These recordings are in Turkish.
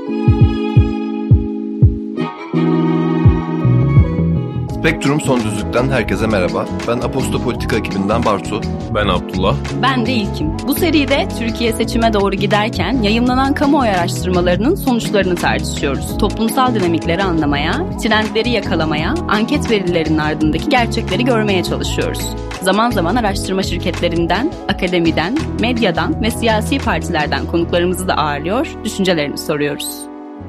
Spektrum Son Düzlük'ten herkese merhaba. Ben Aposto Politika ekibinden Bartu. Ben Abdullah. Ben de İlkim. Bu seride Türkiye seçime doğru giderken yayımlanan kamuoyu araştırmalarının sonuçlarını tartışıyoruz. Toplumsal dinamikleri anlamaya, trendleri yakalamaya, anket verilerinin ardındaki gerçekleri görmeye çalışıyoruz. Zaman zaman araştırma şirketlerinden, akademiden, medyadan ve siyasi partilerden konuklarımızı da ağırlıyor, düşüncelerini soruyoruz.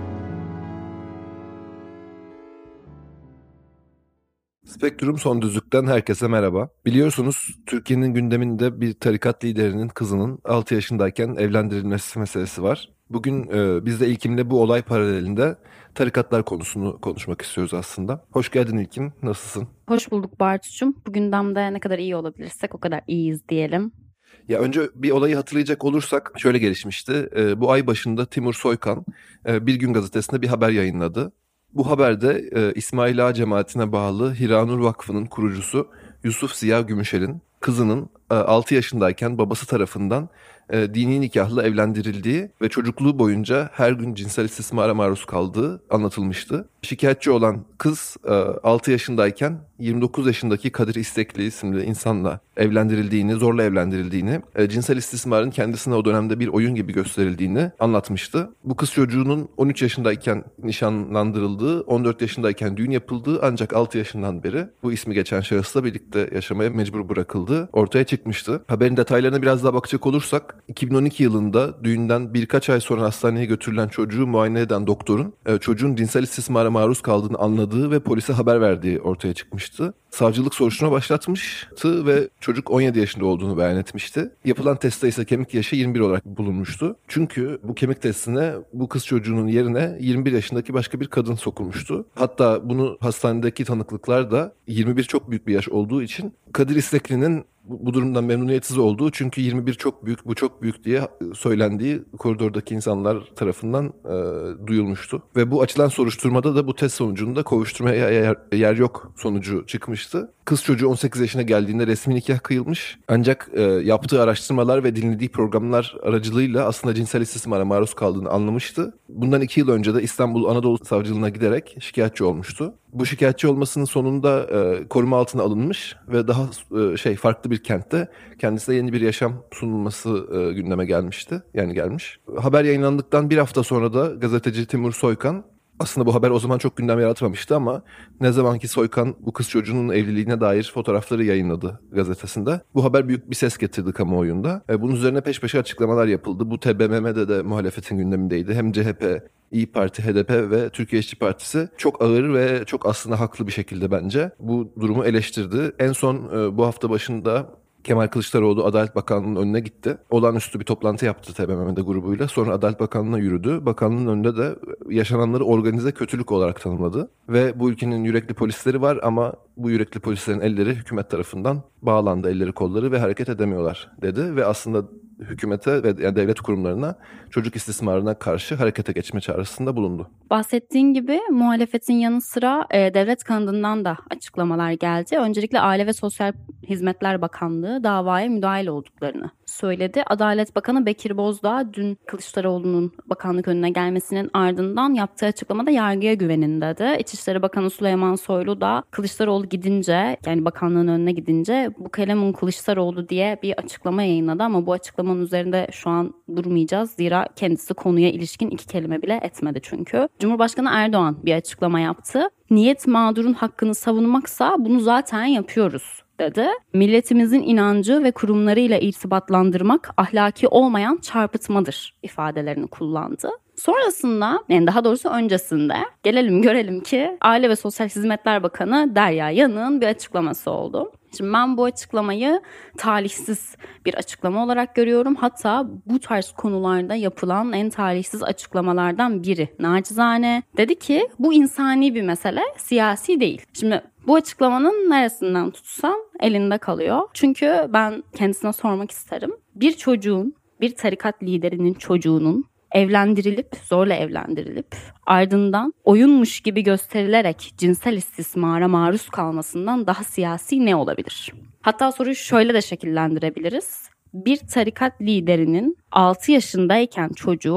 Spektrum Son Düzlük'ten herkese merhaba. Biliyorsunuz Türkiye'nin gündeminde bir tarikat liderinin kızının 6 yaşındayken evlendirilmesi meselesi var. Bugün biz de İlkim'le bu olay paralelinde tarikatlar konusunu konuşmak istiyoruz aslında. Hoş geldin İlkim, nasılsın? Hoş bulduk Bartu'cum. Bu gündemde ne kadar iyi olabilirsek o kadar iyiyiz diyelim. Ya önce bir olayı hatırlayacak olursak şöyle gelişmişti. Bu ay başında Timur Soykan Bir Gün gazetesinde bir haber yayınladı. Bu haberde İsmail Ağa cemaatine bağlı Hiranur Vakfı'nın kurucusu Yusuf Ziya Gümüşer'in kızının 6 yaşındayken babası tarafından dini nikahla evlendirildiği ve çocukluğu boyunca her gün cinsel istismara maruz kaldığı anlatılmıştı. Şikayetçi olan kız 6 yaşındayken 29 yaşındaki Kadir İstekli isimli insanla evlendirildiğini, zorla evlendirildiğini, cinsel istismarın kendisine o dönemde bir oyun gibi gösterildiğini anlatmıştı. Bu kız çocuğunun 13 yaşındayken nişanlandırıldığı, 14 yaşındayken düğün yapıldığı ancak 6 yaşından beri bu ismi geçen şahısla birlikte yaşamaya mecbur bırakıldığı ortaya çıkmıştı. Haberin detaylarına biraz daha bakacak olursak 2012 yılında düğünden birkaç ay sonra hastaneye götürülen çocuğu muayene eden doktorun çocuğun cinsel istismara maruz kaldığını anladığı ve polise haber verdiği ortaya çıkmıştı. Savcılık soruşturma başlatmıştı ve çocuk 17 yaşında olduğunu beyan etmişti. Yapılan testte ise kemik yaşı 21 olarak bulunmuştu. Çünkü bu kemik testine bu kız çocuğunun yerine 21 yaşındaki başka bir kadın sokulmuştu. Hatta bunu hastanedeki tanıklıklar da 21 çok büyük bir yaş olduğu için Kadir İstekli'nin bu durumdan memnuniyetsiz olduğu, çünkü 21 çok büyük, bu çok büyük diye söylendiği koridordaki insanlar tarafından duyulmuştu. Ve bu açılan soruşturmada da bu test sonucunda kovuşturmaya yer yok sonucu çıkmıştı. Kız çocuğu 18 yaşına geldiğinde resmi nikah kıyılmış. Ancak yaptığı araştırmalar ve dinlediği programlar aracılığıyla aslında cinsel istismara maruz kaldığını anlamıştı. Bundan 2 yıl önce de İstanbul Anadolu Savcılığına giderek şikayetçi olmuştu. Bu şikayetçi olmasının sonunda koruma altına alınmış ve daha farklı bir kentte kendisine yeni bir yaşam sunulması gündeme gelmişti. Yani gelmiş. Haber yayınlandıktan bir hafta sonra da gazeteci Timur Soykan, aslında bu haber o zaman çok gündem yaratmamıştı ama ne zamanki Soykan bu kız çocuğunun evliliğine dair fotoğrafları yayınladı gazetesinde, bu haber büyük bir ses getirdi kamuoyunda. Bunun üzerine peş peşe açıklamalar yapıldı. Bu TBMM'de de muhalefetin gündemindeydi. Hem CHP, İYİ Parti, HDP ve Türkiye İşçi Partisi çok ağır ve çok aslında haklı bir şekilde bence bu durumu eleştirdi. En son bu hafta başında Kemal Kılıçdaroğlu Adalet Bakanlığı'nın önüne gitti. Olağanüstü bir toplantı yaptı TBMM'de grubuyla. Sonra Adalet Bakanlığı'na yürüdü. Bakanlığın önünde de yaşananları organize kötülük olarak tanımladı. Ve bu ülkenin yürekli polisleri var ama bu yürekli polislerin elleri hükümet tarafından bağlandı, elleri kolları, ve hareket edemiyorlar dedi. Ve aslında hükümete ve yani devlet kurumlarına çocuk istismarına karşı harekete geçme çağrısında bulundu. Bahsettiğin gibi muhalefetin yanı sıra devlet kanadından da açıklamalar geldi. Öncelikle Aile ve Sosyal Hizmetler Bakanlığı davaya müdahil olduklarını söyledi. Adalet Bakanı Bekir Bozdağ dün Kılıçdaroğlu'nun bakanlık önüne gelmesinin ardından yaptığı açıklamada yargıya güvenin dedi. İçişleri Bakanı Süleyman Soylu da Kılıçdaroğlu gidince, yani bakanlığın önüne gidince bu kalemun Kılıçdaroğlu diye bir açıklama yayınladı ama bu açıklamanın üzerinde şu an durmayacağız. Zira kendisi konuya ilişkin 2 kelime bile etmedi çünkü. Cumhurbaşkanı Erdoğan bir açıklama yaptı. Niyet mağdurun hakkını savunmaksa bunu zaten yapıyoruz dedi. Milletimizin inancı ve kurumlarıyla irtibatlandırmak ahlaki olmayan çarpıtmadır ifadelerini kullandı. Sonrasında, yani daha doğrusu öncesinde gelelim görelim ki Aile ve Sosyal Hizmetler Bakanı Derya Yanık'ın bir açıklaması oldu. Şimdi ben bu açıklamayı talihsiz bir açıklama olarak görüyorum. Hatta bu tarz konularda yapılan en talihsiz açıklamalardan biri. Nacizane dedi ki bu insani bir mesele, siyasi değil. Şimdi bu açıklamanın neresinden tutsam elinde kalıyor. Çünkü ben kendisine sormak isterim. Bir çocuğun, bir tarikat liderinin çocuğunun zorla evlendirilip ardından oyunmuş gibi gösterilerek cinsel istismara maruz kalmasından daha siyasi ne olabilir? Hatta soruyu şöyle de şekillendirebiliriz. Bir tarikat liderinin 6 yaşındayken çocuğu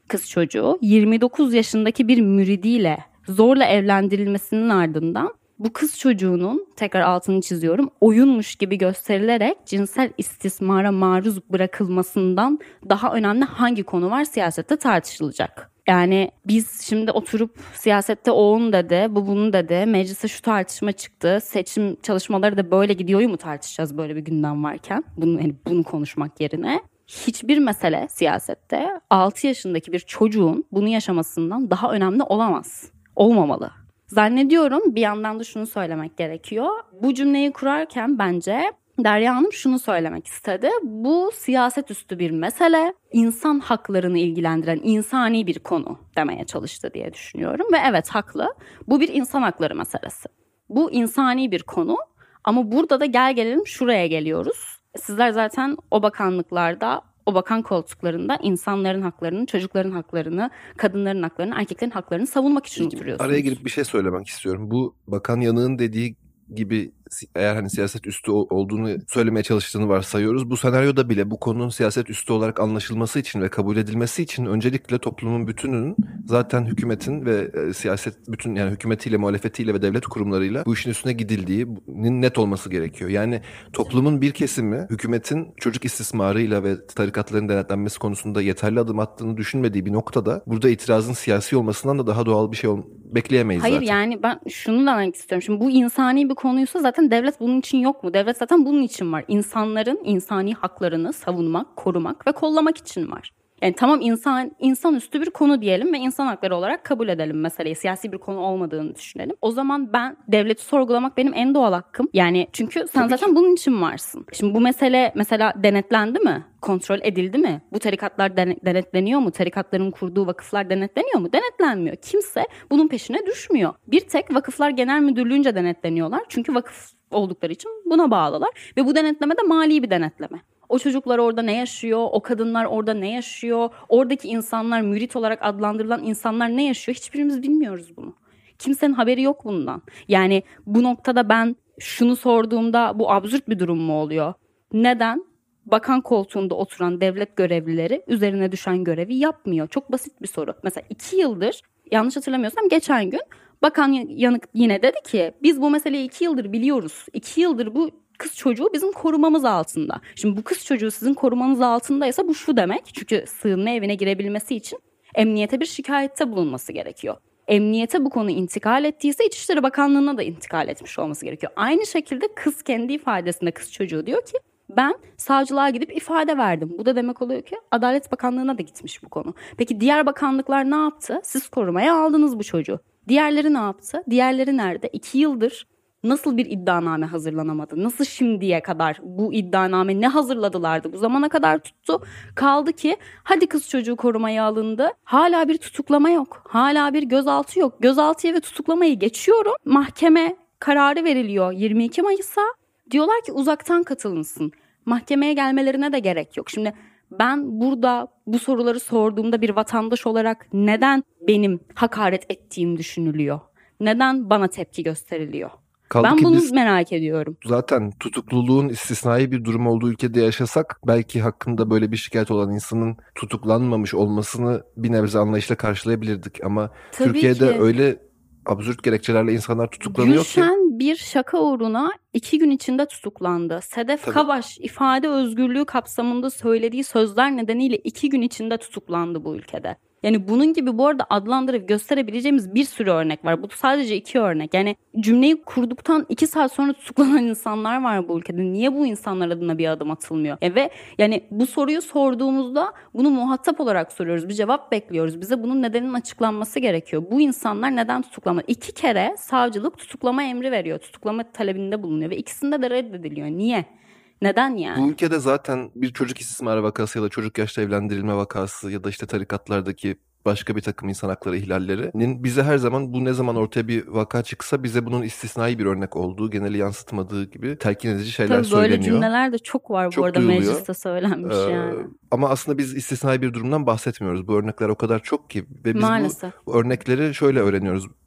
kız çocuğu 29 yaşındaki bir müridiyle zorla evlendirilmesinin ardından bu kız çocuğunun, tekrar altını çiziyorum, oyunmuş gibi gösterilerek cinsel istismara maruz bırakılmasından daha önemli hangi konu var siyasette tartışılacak. Yani biz şimdi oturup siyasette o onu dedi, bu bunu dedi, mecliste şu tartışma çıktı, seçim çalışmaları da böyle gidiyor mu tartışacağız böyle bir gündem varken? Bunu konuşmak yerine. Hiçbir mesele siyasette 6 yaşındaki bir çocuğun bunu yaşamasından daha önemli olamaz. Olmamalı. Zannediyorum bir yandan da şunu söylemek gerekiyor. Bu cümleyi kurarken bence Derya Hanım şunu söylemek istedi. Bu siyaset üstü bir mesele, insan haklarını ilgilendiren insani bir konu demeye çalıştı diye düşünüyorum. Ve evet, haklı. Bu bir insan hakları meselesi. Bu insani bir konu ama burada da gel gelelim şuraya geliyoruz. Sizler zaten o bakanlıklarda, o bakan koltuklarında insanların haklarını, çocukların haklarını, kadınların haklarını, erkeklerin haklarını savunmak için oturuyorsunuz. Araya girip bir şey söylemek istiyorum. Bu Bakan Yanık'ın dediği gibi eğer hani siyaset üstü olduğunu söylemeye çalıştığını varsayıyoruz. Bu senaryoda bile bu konunun siyaset üstü olarak anlaşılması için ve kabul edilmesi için öncelikle toplumun bütününün zaten hükümetin ve siyaset bütün yani hükümetiyle, muhalefetiyle ve devlet kurumlarıyla bu işin üstüne gidildiğinin net olması gerekiyor. Yani toplumun bir kesimi hükümetin çocuk istismarıyla ve tarikatların denetlenmesi konusunda yeterli adım attığını düşünmediği bir noktada burada itirazın siyasi olmasından da daha doğal bir şey bekleyemeyiz Hayır, zaten. yani ben şunu demek istiyorum. Şimdi bu insani bir konuysa zaten devlet bunun için yok mu? Devlet zaten bunun için var. İnsanların insani haklarını savunmak, korumak ve kollamak için var. Yani tamam, insanüstü bir konu diyelim ve insan hakları olarak kabul edelim meseleyi. Siyasi bir konu olmadığını düşünelim. O zaman ben devleti sorgulamak benim en doğal hakkım. Yani çünkü sen Tabii zaten ki. bunun için varsın. Şimdi bu mesele mesela denetlendi mi? Kontrol edildi mi? Bu tarikatlar denetleniyor mu? Tarikatların kurduğu vakıflar denetleniyor mu? Denetlenmiyor. Kimse bunun peşine düşmüyor. Bir tek Vakıflar Genel Müdürlüğü'nce denetleniyorlar. Çünkü vakıf oldukları için buna bağlılar. Ve bu denetleme de mali bir denetleme. O çocuklar orada ne yaşıyor? O kadınlar orada ne yaşıyor? Oradaki insanlar, mürit olarak adlandırılan insanlar ne yaşıyor? Hiçbirimiz bilmiyoruz bunu. Kimsenin haberi yok bundan. Yani bu noktada ben şunu sorduğumda bu absürt bir durum mu oluyor? Neden bakan koltuğunda oturan devlet görevlileri üzerine düşen görevi yapmıyor? Çok basit bir soru. Mesela 2 yıldır, yanlış hatırlamıyorsam geçen gün Bakan Yanık yine dedi ki biz bu meseleyi 2 yıldır biliyoruz. 2 yıldır bu kız çocuğu bizim korumamız altında. Şimdi bu kız çocuğu sizin korumanız altındaysa bu şu demek. Çünkü sığınma evine girebilmesi için emniyete bir şikayette bulunması gerekiyor. Emniyete bu konu intikal ettiyse İçişleri Bakanlığı'na da intikal etmiş olması gerekiyor. Aynı şekilde kız kendi ifadesinde, kız çocuğu diyor ki ben savcılığa gidip ifade verdim. Bu da demek oluyor ki Adalet Bakanlığı'na da gitmiş bu konu. Peki diğer bakanlıklar ne yaptı? Siz korumaya aldınız bu çocuğu. Diğerleri ne yaptı? Diğerleri nerede? 2 yıldır nasıl bir iddianame hazırlanamadı? Nasıl şimdiye kadar bu iddianame ne hazırladılardı? Bu zamana kadar tuttu. Kaldı ki hadi kız çocuğu korumaya alındı. Hala bir tutuklama yok. Hala bir gözaltı yok. Gözaltıyı ve tutuklamayı geçiyorum. Mahkeme kararı veriliyor 22 Mayıs'a. Diyorlar ki uzaktan katılınsın. Mahkemeye gelmelerine de gerek yok. Şimdi ben burada bu soruları sorduğumda bir vatandaş olarak neden benim hakaret ettiğim düşünülüyor? Neden bana tepki gösteriliyor? Kaldı Ben ki bunu biz merak ediyorum. zaten tutukluluğun istisnai bir durum olduğu ülkede yaşasak belki hakkında böyle bir şikayet olan insanın tutuklanmamış olmasını bir nebze anlayışla karşılayabilirdik. Ama Tabii Türkiye'de ki. öyle absürt gerekçelerle insanlar tutuklanıyor ki. Gülşen bir şaka uğruna 2 gün içinde tutuklandı. Sedef Tabii. Kabaş ifade özgürlüğü kapsamında söylediği sözler nedeniyle 2 gün içinde tutuklandı bu ülkede. Yani bunun gibi bu arada adlandırıp gösterebileceğimiz bir sürü örnek var. Bu sadece 2 örnek. Yani cümleyi kurduktan 2 saat sonra tutuklanan insanlar var bu ülkede. Niye bu insanlar adına bir adım atılmıyor? Ve yani bu soruyu sorduğumuzda bunu muhatap olarak soruyoruz. Bir cevap bekliyoruz. Bize bunun nedeninin açıklanması gerekiyor. Bu insanlar neden tutuklanmadı? 2 kere savcılık tutuklama emri veriyor. Tutuklama talebinde bulunuyor ve ikisinde de reddediliyor. Niye? Neden yani? Bu ülkede zaten bir çocuk istismarı vakası ya da çocuk yaşta evlendirilme vakası ya da işte tarikatlardaki başka bir takım insan hakları ihlallerinin bize her zaman bu ne zaman ortaya bir vaka çıksa bize bunun istisnai bir örnek olduğu, geneli yansıtmadığı gibi telkin edici şeyler Tabii böyle söyleniyor. cümleler de çok var Çok bu arada duyuluyor. mecliste söylenmiş yani. Ama aslında biz istisnai bir durumdan bahsetmiyoruz. Bu örnekler o kadar çok ki ve biz Maalesef. bu örnekleri şöyle öğreniyoruz.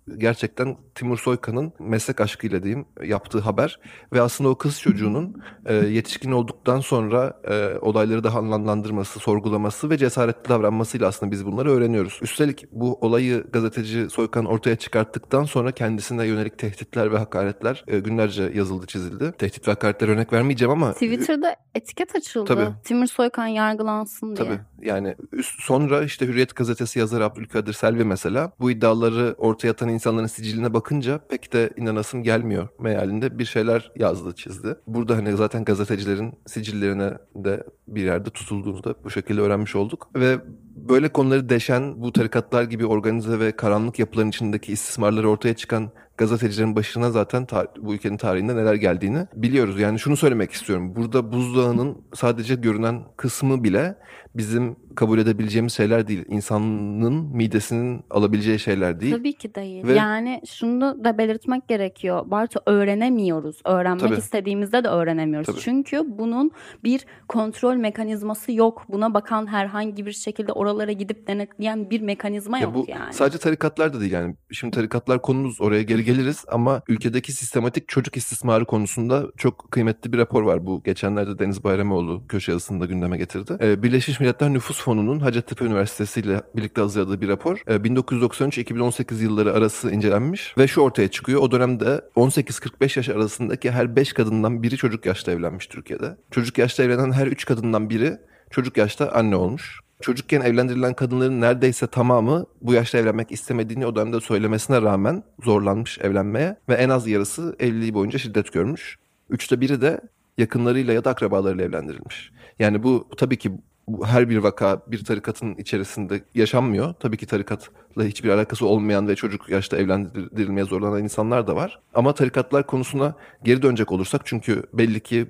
gerçekten Timur Soykan'ın meslek aşkıyla diyeyim yaptığı haber ve aslında o kız çocuğunun yetişkin olduktan sonra olayları daha anlamlandırması, sorgulaması ve cesaretli davranmasıyla aslında biz bunları öğreniyoruz. Üstelik bu olayı gazeteci Soykan ortaya çıkarttıktan sonra kendisine yönelik tehditler ve hakaretler günlerce yazıldı, çizildi. Tehdit ve hakaretler örnek vermeyeceğim ama Twitter'da etiket açıldı. Tabii. Timur Soykan yargılansın diye. Tabii yani sonra işte Hürriyet gazetesi yazarı Abdülkadir Selvi mesela bu iddiaları ortaya atan insanların siciline bakınca pek de inanasım gelmiyor mealinde bir şeyler yazdı, çizdi. Burada hani zaten gazetecilerin sicillerine de bir yerde tutulduğunu da bu şekilde öğrenmiş olduk. Ve böyle konuları deşen bu tarikatlar gibi organize ve karanlık yapıların içindeki istismarları ortaya çıkan gazetecilerin başına zaten bu ülkenin tarihinde neler geldiğini biliyoruz. Yani şunu söylemek istiyorum. Burada buzdağının sadece görünen kısmı bile bizim kabul edebileceğimiz şeyler değil. İnsanın midesinin alabileceği şeyler değil. Tabii ki değil. Yani şunu da belirtmek gerekiyor. Bartu, öğrenemiyoruz. Öğrenmek istediğimizde de öğrenemiyoruz. Tabii. Çünkü bunun bir kontrol mekanizması yok. Buna bakan herhangi bir şekilde oralara gidip denetleyen bir mekanizma yok bu yani. Sadece tarikatlar da değil yani. Şimdi tarikatlar konumuz, oraya geri geliriz ama ülkedeki sistematik çocuk istismarı konusunda çok kıymetli bir rapor var. Bu geçenlerde Deniz Bayramoğlu köşe yazısında gündeme getirdi. Birleşmiş Milletler Nüfus Fonu'nun Hacettepe Üniversitesi ile birlikte hazırladığı bir rapor. 1993-2018 yılları arası incelenmiş ve şu ortaya çıkıyor. O dönemde 18-45 yaş arasındaki her 5 kadından biri çocuk yaşta evlenmiş Türkiye'de. Çocuk yaşta evlenen her 3 kadından biri çocuk yaşta anne olmuş. Çocukken evlendirilen kadınların neredeyse tamamı bu yaşta evlenmek istemediğini o dönemde söylemesine rağmen zorlanmış evlenmeye ve en az yarısı evliliği boyunca şiddet görmüş. 1/3 de yakınlarıyla ya da akrabalarıyla evlendirilmiş. Yani bu tabii ki her bir vaka bir tarikatın içerisinde yaşanmıyor. Tabii ki tarikatla hiçbir alakası olmayan ve çocuk yaşta evlendirilmeye zorlanan insanlar da var. Ama tarikatlar konusuna geri dönecek olursak, çünkü belli ki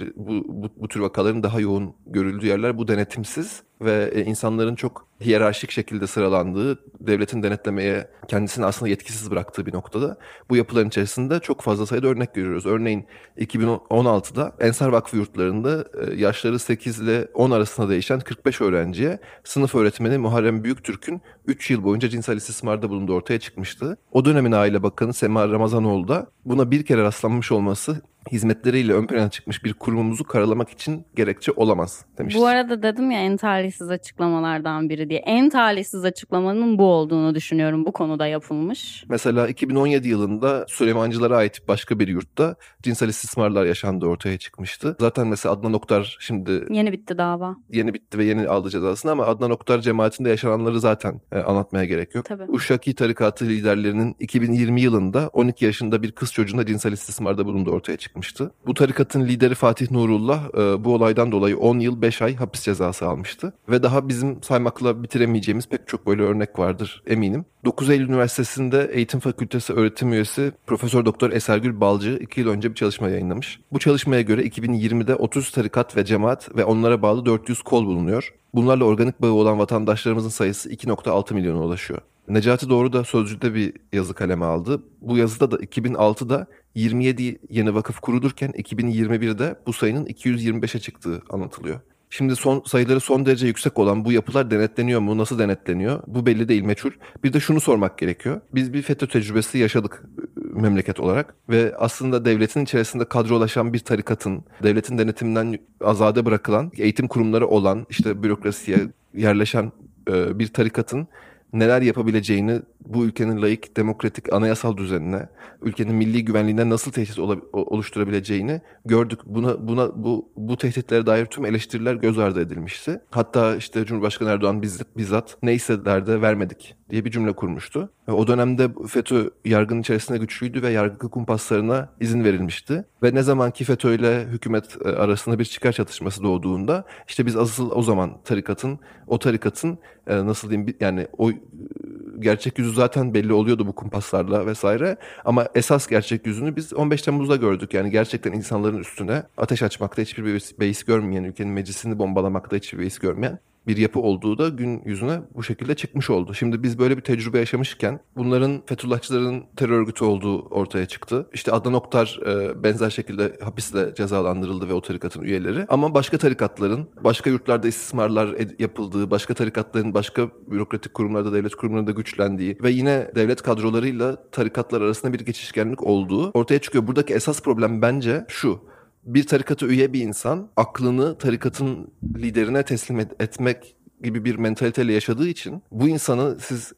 bu tür vakaların daha yoğun görüldüğü yerler bu denetimsiz ve insanların çok hiyerarşik şekilde sıralandığı, devletin denetlemeye kendisini aslında yetkisiz bıraktığı bir noktada bu yapıların içerisinde çok fazla sayıda örnek görüyoruz. Örneğin 2016'da Ensar Vakfı yurtlarında yaşları 8 ile 10 arasında değişen 45 öğrenciye sınıf öğretmeni Muharrem Büyüktürk'ün 3 yıl boyunca cinsel istismarda bulunduğu ortaya çıkmıştı. O dönemin Aile Bakanı Sema Ramazanoğlu da buna bir kere rastlanmış olması hizmetleriyle ön plana çıkmış bir kurumumuzu karalamak için gerekçe olamaz demiştir. Bu arada dedim ya en talihsiz açıklamalardan biri diye. En talihsiz açıklamanın bu olduğunu düşünüyorum, bu konuda yapılmış. Mesela 2017 yılında Süleymancılara ait başka bir yurtta cinsel istismarlar yaşandığı ortaya çıkmıştı. Zaten mesela Adnan Oktar şimdi... Yeni bitti dava. Yeni bitti ve yeni aldı cezasını ama Adnan Oktar cemaatinde yaşananları zaten anlatmaya gerek yok. Tabii. Uşaki tarikatı liderlerinin 2020 yılında 12 yaşında bir kız çocuğuna cinsel istismarda bulunduğu ortaya çıkmıştı. Bu tarikatın lideri Fatih Nurullah bu olaydan dolayı 10 yıl 5 ay hapis cezası almıştı. Ve daha bizim saymakla bitiremeyeceğimiz pek çok böyle örnek vardır eminim. 9 Eylül Üniversitesi'nde Eğitim Fakültesi öğretim üyesi Profesör Doktor Esergül Balcı 2 yıl önce bir çalışma yayınlamış. Bu çalışmaya göre 2020'de 30 tarikat ve cemaat ve onlara bağlı 400 kol bulunuyor. Bunlarla organik bağı olan vatandaşlarımızın sayısı 2,6 milyona ulaşıyor. Necati Doğru da Sözcü'de bir yazı kaleme aldı. Bu yazıda da 2006'da 27 yeni vakıf kurulurken 2021'de bu sayının 225'e çıktığı anlatılıyor. Şimdi sayıları son derece yüksek olan bu yapılar denetleniyor mu? Nasıl denetleniyor? Bu belli değil, meçhul. Bir de şunu sormak gerekiyor. Biz bir FETÖ tecrübesi yaşadık memleket olarak ve aslında devletin içerisinde kadrolaşan bir tarikatın, devletin denetiminden azade bırakılan, eğitim kurumları olan, işte bürokrasiye yerleşen bir tarikatın neler yapabileceğini, bu ülkenin laik, demokratik, anayasal düzenine, ülkenin milli güvenliğine nasıl tehdit oluşturabileceğini gördük. Bu tehditlere dair tüm eleştiriler göz ardı edilmişti. Hatta işte Cumhurbaşkanı Erdoğan bizzat neyse de vermedik diye bir cümle kurmuştu. O dönemde FETÖ yargının içerisinde güçlüydü ve yargı kumpaslarına izin verilmişti. Ve ne zamanki FETÖ ile hükümet arasında bir çıkar çatışması doğduğunda işte biz asıl o zaman o tarikatın nasıl diyeyim, yani o gerçek yüzü zaten belli oluyordu bu kumpaslarla vesaire. Ama esas gerçek yüzünü biz 15 Temmuz'da gördük. Yani gerçekten insanların üstüne ateş açmakta hiçbir beis görmeyen, ülkenin meclisini bombalamakta hiçbir beis görmeyen bir yapı olduğu da gün yüzüne bu şekilde çıkmış oldu. Şimdi biz böyle bir tecrübe yaşamışken bunların Fethullahçıların terör örgütü olduğu ortaya çıktı. İşte Adnan Oktar benzer şekilde hapisle cezalandırıldı ve o tarikatın üyeleri. Ama başka tarikatların, başka yurtlarda istismarlar yapıldığı, başka tarikatların başka bürokratik kurumlarda, devlet kurumlarında güçlendiği ve yine devlet kadrolarıyla tarikatlar arasında bir geçişkenlik olduğu ortaya çıkıyor. Buradaki esas problem bence şu: bir tarikata üye bir insan aklını tarikatın liderine teslim etmek gibi bir mentaliteyle yaşadığı için bu insanı siz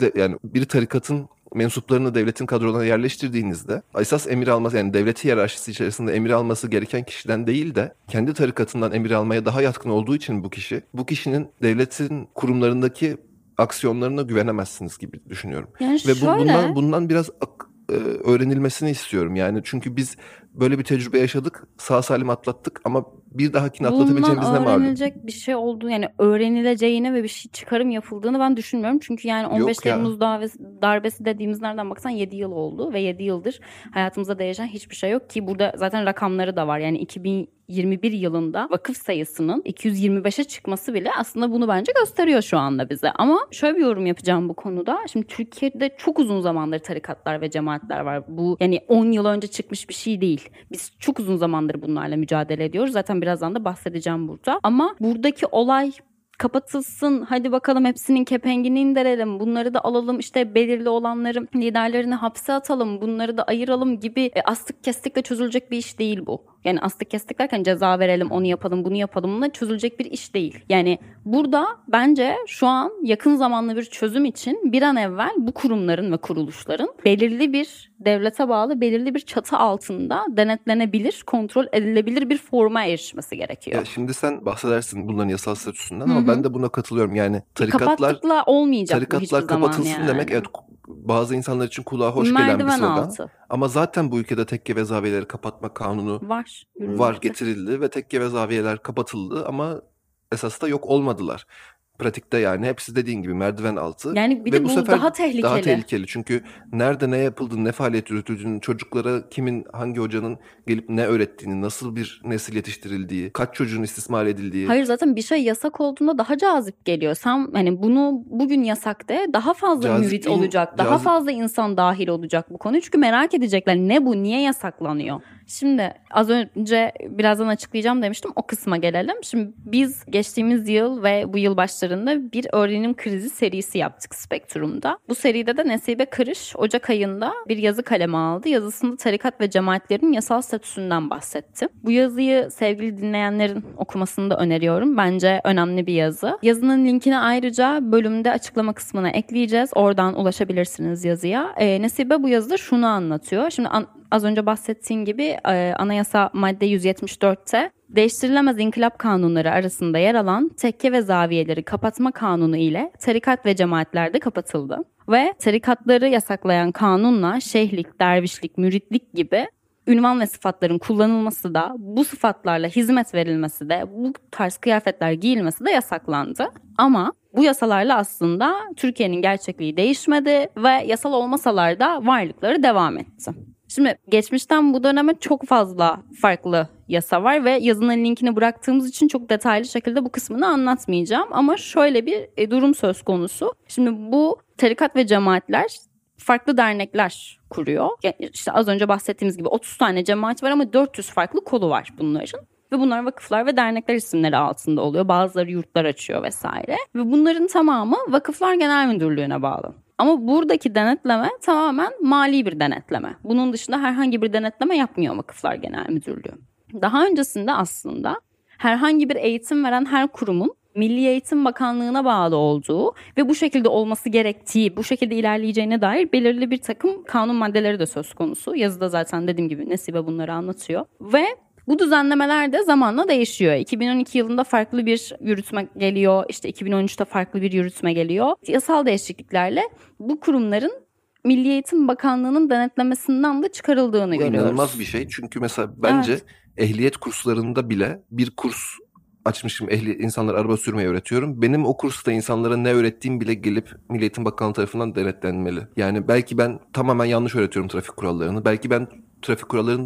bir tarikatın mensuplarını devletin kadrolarına yerleştirdiğinizde esas emir alması, yani devlet hiyerarşisi içerisinde emir alması gereken kişiden değil de kendi tarikatından emir almaya daha yatkın olduğu için bu kişinin devletin kurumlarındaki aksiyonlarına güvenemezsiniz gibi düşünüyorum. Yani Ve şöyle, bundan biraz öğrenilmesini istiyorum. Yani çünkü biz böyle bir tecrübe yaşadık, sağ salim atlattık ama bir dahakini atlatabileceğimiz ne bundan malum? öğrenilecek bir şey olduğunu, yani öğrenileceğine ve bir şey çıkarım yapıldığını ben düşünmüyorum. Çünkü yani 15 Yok ya. Temmuz darbesi dediğimiz nereden baksan 7 yıl oldu ve 7 yıldır hayatımızda değişen hiçbir şey yok ki burada zaten rakamları da var. Yani 2021 yılında vakıf sayısının 225'e çıkması bile aslında bunu bence gösteriyor şu anda bize. Ama şöyle bir yorum yapacağım bu konuda. Şimdi Türkiye'de çok uzun zamandır tarikatlar ve cemaatler var. Bu yani 10 yıl önce çıkmış bir şey değil. Biz çok uzun zamandır bunlarla mücadele ediyoruz. Zaten birazdan da bahsedeceğim burada. Ama buradaki olay kapatılsın, hadi bakalım hepsinin kepengini indirelim, bunları da alalım, işte belirli olanların liderlerini hapse atalım, bunları da ayıralım gibi astık kestikle çözülecek bir iş değil bu. Yani astık kestik derken ceza verelim, onu yapalım, bunu yapalımla çözülecek bir iş değil. Yani burada bence şu an yakın zamanlı bir çözüm için bir an evvel bu kurumların ve kuruluşların belirli bir devlete bağlı belirli bir çatı altında denetlenebilir, kontrol edilebilir bir forma erişmesi gerekiyor. Ya şimdi sen bahsedersin bunların yasal statüsünden ama ben de buna katılıyorum. Yani Kapattıkla olmayacak bu hiçbir tarikatlar zaman kapatılsın yani. demek, evet, bazı insanlar için kulağa hoş gelen bir Merdiven slogan. altı Ama zaten bu ülkede tekke ve zaviyeleri kapatma kanunu var. var, Yürürlükte. getirildi ve tekke ve zaviyeler kapatıldı ama esas da yok olmadılar. Pratikte yani hepsi dediğin gibi merdiven altı. Yani bir Ve de bu bu sefer daha tehlikeli. daha tehlikeli. Çünkü nerede ne yapıldığını, ne faaliyet yürütüldüğünü, çocuklara kimin, hangi hocanın gelip ne öğrettiğini, nasıl bir nesil yetiştirildiği, kaç çocuğun istismar edildiği. Hayır, zaten bir şey yasak olduğunda daha cazip geliyor. Sen hani bunu bugün yasak de, daha fazla mürit olacak. Daha fazla insan dahil olacak bu konuyu. Çünkü merak edecekler, ne bu, niye yasaklanıyor? Şimdi az önce birazdan açıklayacağım demiştim, o kısma gelelim. Şimdi biz geçtiğimiz yıl ve bu yıl başlarında bir öğrenim krizi serisi yaptık Spektrum'da. Bu seride de Nesibe Kırış Ocak ayında bir yazı kaleme aldı. Yazısında tarikat ve cemaatlerin yasal statüsünden bahsetti. Bu yazıyı sevgili dinleyenlerin okumasını da öneriyorum. Bence önemli bir yazı. Yazının linkini ayrıca bölümde açıklama kısmına ekleyeceğiz. Oradan ulaşabilirsiniz yazıya. Nesibe bu yazıda şunu anlatıyor. Şimdi az önce bahsettiğim gibi Anayasa madde 174'te değiştirilemez inkılap kanunları arasında yer alan tekke ve zaviyeleri kapatma kanunu ile tarikat ve cemaatler de kapatıldı. Ve tarikatları yasaklayan kanunla şeyhlik, dervişlik, müritlik gibi ünvan ve sıfatların kullanılması da, bu sıfatlarla hizmet verilmesi de, bu tarz kıyafetler giyilmesi de yasaklandı. Ama bu yasalarla aslında Türkiye'nin gerçekliği değişmedi ve yasal olmasalar da varlıkları devam etti. Şimdi geçmişten bu döneme çok fazla farklı yasa var ve yazının linkini bıraktığımız için çok detaylı şekilde bu kısmını anlatmayacağım. Ama şöyle bir durum söz konusu. Şimdi bu tarikat ve cemaatler farklı dernekler kuruyor. Yani işte az önce bahsettiğimiz gibi 30 tane cemaat var ama 400 farklı kolu var bunların. Ve bunlar vakıflar ve dernekler isimleri altında oluyor. Bazıları yurtlar açıyor vesaire. Ve bunların tamamı Vakıflar Genel Müdürlüğü'ne bağlı. Ama buradaki denetleme tamamen mali bir denetleme. Bunun dışında herhangi bir denetleme yapmıyor Vakıflar Genel Müdürlüğü. Daha öncesinde aslında herhangi bir eğitim veren her kurumun Milli Eğitim Bakanlığı'na bağlı olduğu ve bu şekilde olması gerektiği, bu şekilde ilerleyeceğine dair belirli bir takım kanun maddeleri de söz konusu. Yazıda zaten dediğim gibi Nesibe bunları anlatıyor. Ve bu düzenlemeler de zamanla değişiyor. 2012 yılında farklı bir yürütme geliyor. İşte 2013'te farklı bir yürütme geliyor. Yasal değişikliklerle bu kurumların Milli Eğitim Bakanlığı'nın denetlemesinden de çıkarıldığını görüyoruz. İnanılmaz bir şey. Çünkü mesela bence ehliyet kurslarında bile bir kurs açmışım. İnsanlara araba sürmeyi öğretiyorum. Benim o kursta insanlara ne öğrettiğim bile gelip Milli Eğitim Bakanlığı tarafından denetlenmeli. Yani belki ben tamamen yanlış öğretiyorum trafik kurallarını. Belki ben trafik kurallarının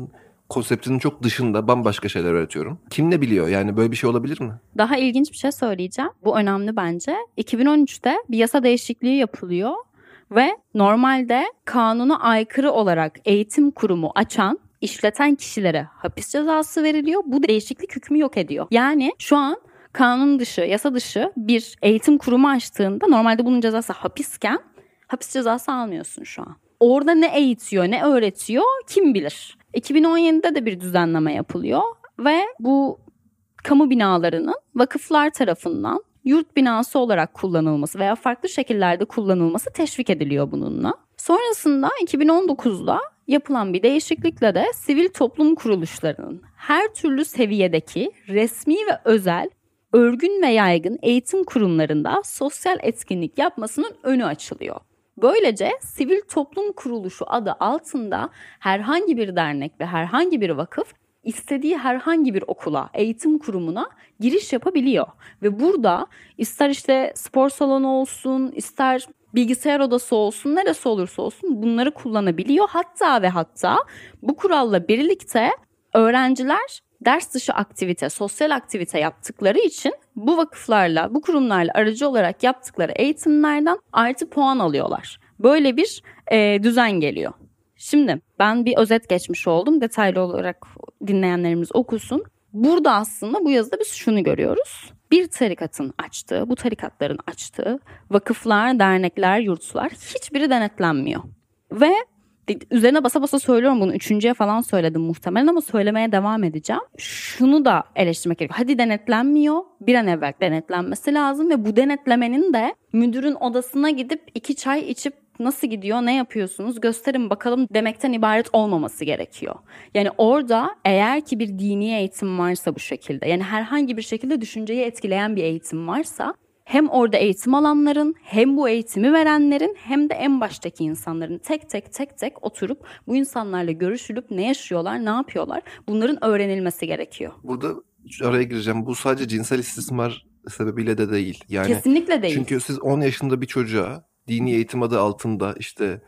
konseptinin çok dışında bambaşka şeyler öğretiyorum. Kim ne biliyor? Yani böyle bir şey olabilir mi? Daha ilginç bir şey söyleyeceğim. Bu önemli bence. 2013'te bir yasa değişikliği yapılıyor ve normalde kanuna aykırı olarak eğitim kurumu açan, işleten kişilere hapis cezası veriliyor. Bu değişiklik hükmü yok ediyor. Yani şu an kanun dışı, yasa dışı bir eğitim kurumu açtığında normalde bunun cezası hapisken hapis cezası almıyorsun şu an. Orada ne eğitiyor, ne öğretiyor kim bilir. 2017'de de bir düzenleme yapılıyor ve bu kamu binalarının vakıflar tarafından yurt binası olarak kullanılması veya farklı şekillerde kullanılması teşvik ediliyor bununla. Sonrasında 2019'da yapılan bir değişiklikle de sivil toplum kuruluşlarının her türlü seviyedeki resmi ve özel, örgün ve yaygın eğitim kurumlarında sosyal etkinlik yapmasının önü açılıyor. Böylece sivil toplum kuruluşu adı altında herhangi bir dernek ve herhangi bir vakıf istediği herhangi bir okula, eğitim kurumuna giriş yapabiliyor. Ve burada ister işte spor salonu olsun, ister bilgisayar odası olsun, neresi olursa olsun bunları kullanabiliyor. Hatta ve hatta bu kuralla birlikte öğrenciler ders dışı aktivite, sosyal aktivite yaptıkları için bu vakıflarla, bu kurumlarla aracı olarak yaptıkları eğitimlerden artı puan alıyorlar. Böyle bir düzen geliyor. Şimdi ben bir özet geçmiş oldum. Detaylı olarak dinleyenlerimiz okusun. Burada aslında bu yazıda biz şunu görüyoruz. Bir tarikatın açtığı, bu tarikatların açtığı vakıflar, dernekler, yurtlar hiçbiri denetlenmiyor. Ve üzerine basa basa söylüyorum bunu. 3.'ye falan söyledim muhtemelen ama söylemeye devam edeceğim. Şunu da eleştirmek gerekiyor. Hadi denetlenmiyor. Bir an evvel denetlenmesi lazım ve bu denetlemenin de müdürün odasına gidip 2 çay içip nasıl gidiyor, ne yapıyorsunuz gösterin bakalım demekten ibaret olmaması gerekiyor. Yani orada eğer ki bir dini eğitim varsa bu şekilde, yani herhangi bir şekilde düşünceyi etkileyen bir eğitim varsa hem orada eğitim alanların, hem bu eğitimi verenlerin, hem de en baştaki insanların tek tek oturup bu insanlarla görüşülüp ne yaşıyorlar, ne yapıyorlar bunların öğrenilmesi gerekiyor. Burada araya gireceğim. Bu sadece cinsel istismar sebebiyle de değil. Yani kesinlikle değil. Çünkü siz 10 yaşında bir çocuğa dini eğitim adı altında işte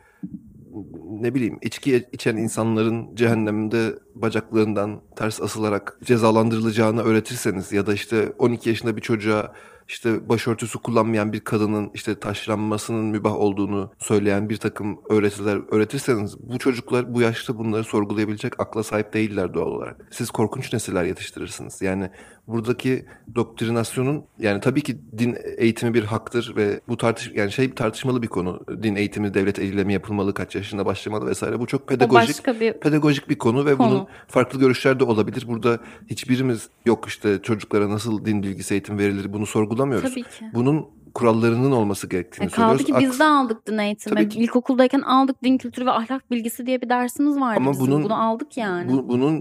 ne bileyim içki içen insanların cehennemde bacaklarından ters asılarak cezalandırılacağını öğretirseniz ya da işte 12 yaşında bir çocuğa işte başörtüsü kullanmayan bir kadının işte taşlanmasının mübah olduğunu söyleyen bir takım öğretiler öğretirseniz bu çocuklar bu yaşta bunları sorgulayabilecek akla sahip değiller doğal olarak. Siz korkunç nesiller yetiştirirsiniz. Yani buradaki doktrinasyonun yani tabii ki din eğitimi bir haktır ve bu tartışmalı bir konu. Din eğitimi devlet eliyle mi yapılmalı, kaç yaşında başlamalı vesaire. Bu çok pedagojik bir konu ve bunun farklı görüşler de olabilir. Burada hiçbirimiz yok işte çocuklara nasıl din bilgisi eğitim verilir bunu sorgulamıyoruz. Tabii ki. Bunun kurallarının olması gerektiğini söylüyoruz. Kaldı ki biz de aldık din eğitimi. İlkokuldayken aldık din kültürü ve ahlak bilgisi diye bir dersimiz vardı. Ama bunu aldık yani.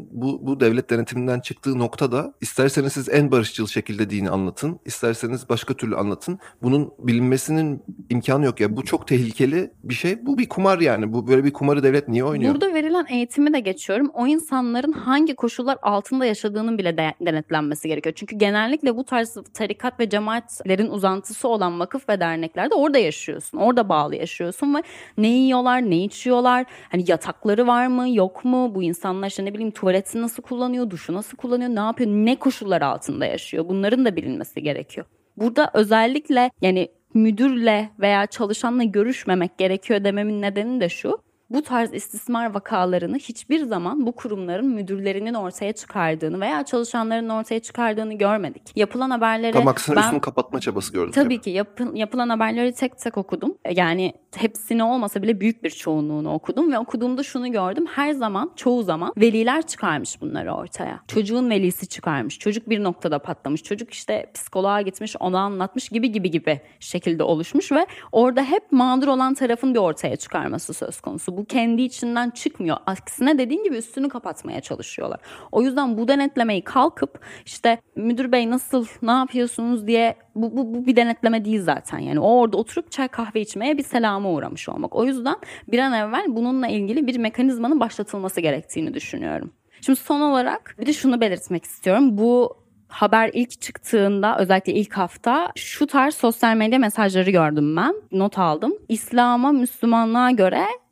Bu devlet denetiminden çıktığı noktada isterseniz siz en barışçıl şekilde dini anlatın, isterseniz başka türlü anlatın. Bunun bilinmesinin imkanı yok ya. Bu çok tehlikeli bir şey. Bu bir kumar yani. Bu böyle bir kumarı devlet niye oynuyor? Burada verilen eğitimi de geçiyorum. O insanların hangi koşullar altında yaşadığının bile denetlenmesi gerekiyor. Çünkü genellikle bu tarz tarikat ve cemaatlerin uzantısı olan vakıf ve derneklerde orada yaşıyorsun. Orada bağlı yaşıyorsun ve ne yiyorlar, ne içiyorlar? Hani yatakları var mı, yok mu? Bu insanlar işte ne bileyim tuvaleti nasıl kullanıyor, duşu nasıl kullanıyor, ne yapıyor? Ne koşullar altında yaşıyor? Bunların da bilinmesi gerekiyor. Burada özellikle yani müdürle veya çalışanla görüşmemek gerekiyor dememin nedeni de şu. Bu tarz istismar vakalarını hiçbir zaman bu kurumların müdürlerinin ortaya çıkardığını veya çalışanların ortaya çıkardığını görmedik. Yapılan haberleri tam aksine üstünü kapatma çabası gördük. Tabii ki yapılan haberleri tek tek okudum. Yani hepsini olmasa bile büyük bir çoğunluğunu okudum ve okuduğumda şunu gördüm. Her zaman, çoğu zaman veliler çıkarmış bunları ortaya. Çocuğun velisi çıkarmış. Çocuk bir noktada patlamış. Çocuk işte psikoloğa gitmiş, ona anlatmış gibi şekilde oluşmuş ve orada hep mağdur olan tarafın bir ortaya çıkarması söz konusu. Bu kendi içinden çıkmıyor. Aksine dediğin gibi üstünü kapatmaya çalışıyorlar. O yüzden bu denetlemeyi kalkıp işte müdür bey nasıl, ne yapıyorsunuz diye bu bir denetleme değil zaten. Yani o orada oturup çay kahve içmeye bir selama uğramış olmak. O yüzden bir an evvel bununla ilgili bir mekanizmanın başlatılması gerektiğini düşünüyorum. Şimdi son olarak bir de şunu belirtmek istiyorum. Bu haber ilk çıktığında özellikle ilk hafta şu tarz sosyal medya mesajları gördüm ben. Not aldım. İslam'a, Müslümanlığa göre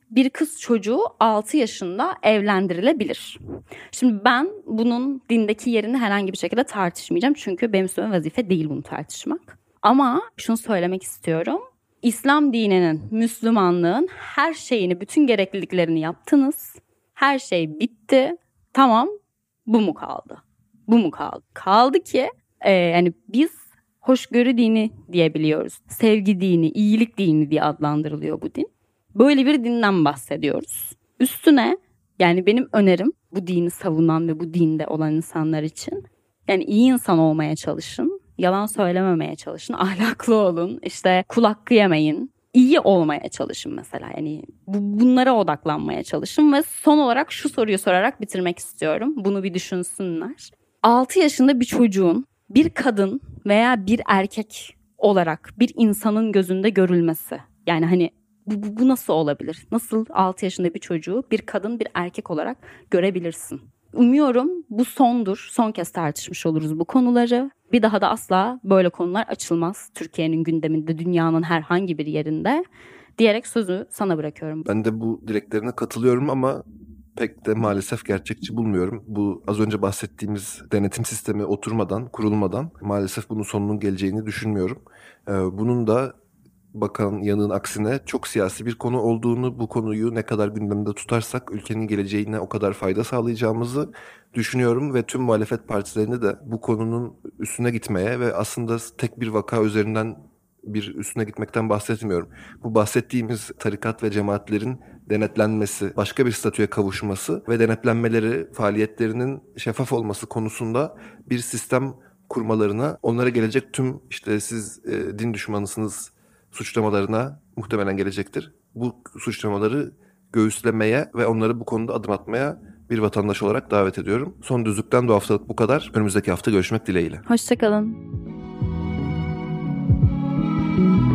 bir kız çocuğu 6 yaşında evlendirilebilir. Şimdi ben bunun dindeki yerini herhangi bir şekilde tartışmayacağım. Çünkü benim üstüme vazife değil bunu tartışmak. Ama şunu söylemek istiyorum. İslam dininin, Müslümanlığın her şeyini, bütün gerekliliklerini yaptınız. Her şey bitti. Tamam, bu mu kaldı? Bu mu kaldı? Kaldı ki yani biz hoşgörü dini diyebiliyoruz. Sevgi dini, iyilik dini diye adlandırılıyor bu din. Böyle bir dinden bahsediyoruz. Üstüne yani benim önerim bu dini savunan ve bu dinde olan insanlar için yani iyi insan olmaya çalışın. Yalan söylememeye çalışın. Ahlaklı olun. İşte kul hakkı yemeyin. İyi olmaya çalışın mesela. Yani bunlara odaklanmaya çalışın ve son olarak şu soruyu sorarak bitirmek istiyorum. Bunu bir düşünsünler. 6 yaşında bir çocuğun bir kadın veya bir erkek olarak bir insanın gözünde görülmesi. Yani hani bu nasıl olabilir? Nasıl 6 yaşında bir çocuğu bir kadın bir erkek olarak görebilirsin? Umuyorum bu sondur. Son kez tartışmış oluruz bu konuları. Bir daha da asla böyle konular açılmaz Türkiye'nin gündeminde, dünyanın herhangi bir yerinde diyerek sözü sana bırakıyorum. Ben de bu dileklerine katılıyorum ama pek de maalesef gerçekçi bulmuyorum. Bu az önce bahsettiğimiz denetim sistemi oturmadan, kurulmadan maalesef bunun sonunun geleceğini düşünmüyorum. Bunun da Bakan Yanık'ın aksine çok siyasi bir konu olduğunu, bu konuyu ne kadar gündemde tutarsak ülkenin geleceğine o kadar fayda sağlayacağımızı düşünüyorum ve tüm muhalefet partilerine de bu konunun üstüne gitmeye ve aslında tek bir vaka üzerinden bir üstüne gitmekten bahsetmiyorum. Bu bahsettiğimiz tarikat ve cemaatlerin denetlenmesi, başka bir statüye kavuşması ve denetlenmeleri, faaliyetlerinin şeffaf olması konusunda bir sistem kurmalarına, onlara gelecek tüm işte siz din düşmanısınız suçlamalarına muhtemelen gelecektir. Bu suçlamaları göğüslemeye ve onları bu konuda adım atmaya bir vatandaş olarak davet ediyorum. Son Düzlük'ten bu haftalık bu kadar. Önümüzdeki hafta görüşmek dileğiyle. Hoşça kalın.